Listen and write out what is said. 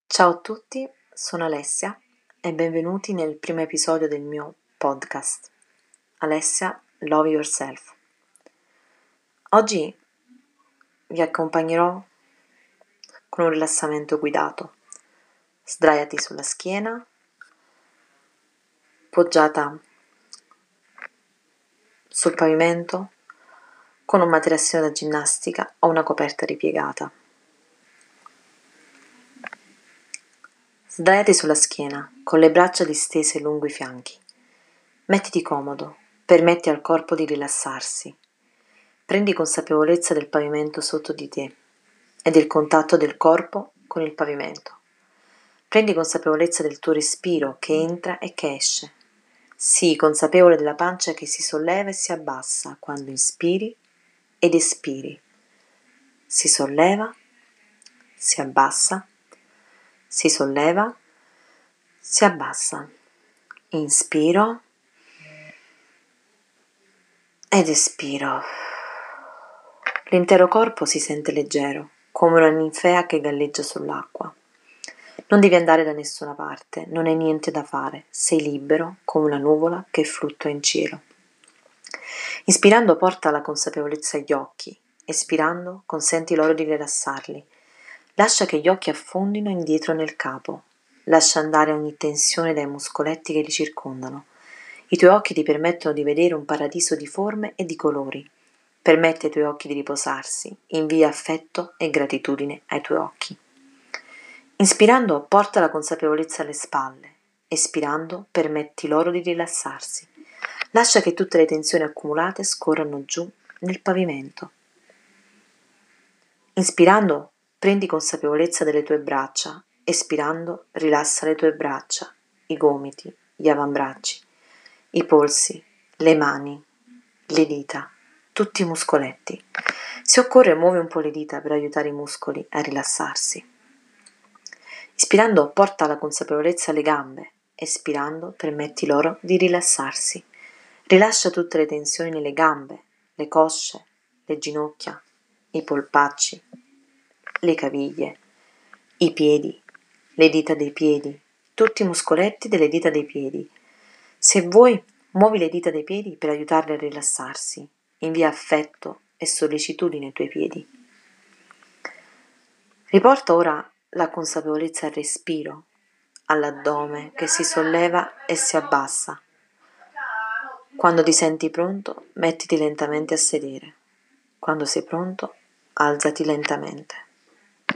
Ciao a tutti, sono Alessia e benvenuti nel primo episodio del mio podcast, Alessia Love Yourself. Oggi vi accompagnerò con un rilassamento guidato. Sdraiati sulla schiena, poggiata sul pavimento, con un materassino da ginnastica o una coperta ripiegata. Sdraiati sulla schiena, con le braccia distese lungo i fianchi. Mettiti comodo, permetti al corpo di rilassarsi. Prendi consapevolezza del pavimento sotto di te e del contatto del corpo con il pavimento. Prendi consapevolezza del tuo respiro che entra e che esce. Sii consapevole della pancia che si solleva e si abbassa quando inspiri ed espiri. Si solleva, si abbassa, si solleva, si abbassa. Inspiro ed espiro. L'intero corpo si sente leggero, come una ninfea che galleggia sull'acqua. Non devi andare da nessuna parte, non hai niente da fare, sei libero come una nuvola che fluttua in cielo. Inspirando porta la consapevolezza agli occhi, espirando consenti loro di rilassarli. Lascia che gli occhi affondino indietro nel capo, lascia andare ogni tensione dai muscoletti che li circondano. I tuoi occhi ti permettono di vedere un paradiso di forme e di colori. Permette ai tuoi occhi di riposarsi, invia affetto e gratitudine ai tuoi occhi. Inspirando porta la consapevolezza alle spalle, espirando permetti loro di rilassarsi. Lascia che tutte le tensioni accumulate scorrano giù nel pavimento. Inspirando prendi consapevolezza delle tue braccia, espirando rilassa le tue braccia, i gomiti, gli avambracci, i polsi, le mani, le dita, tutti i muscoletti. Se occorre muovi un po' le dita per aiutare i muscoli a rilassarsi. Ispirando porta la consapevolezza alle gambe, espirando permetti loro di rilassarsi. Rilascia tutte le tensioni nelle gambe, le cosce, le ginocchia, i polpacci, le caviglie, i piedi, le dita dei piedi, tutti i muscoletti delle dita dei piedi. Se vuoi, muovi le dita dei piedi per aiutarli a rilassarsi. Invia affetto e sollecitudine ai tuoi piedi. Riporta ora la consapevolezza al respiro, all'addome che si solleva e si abbassa. Quando ti senti pronto, mettiti lentamente a sedere. Quando sei pronto, alzati lentamente.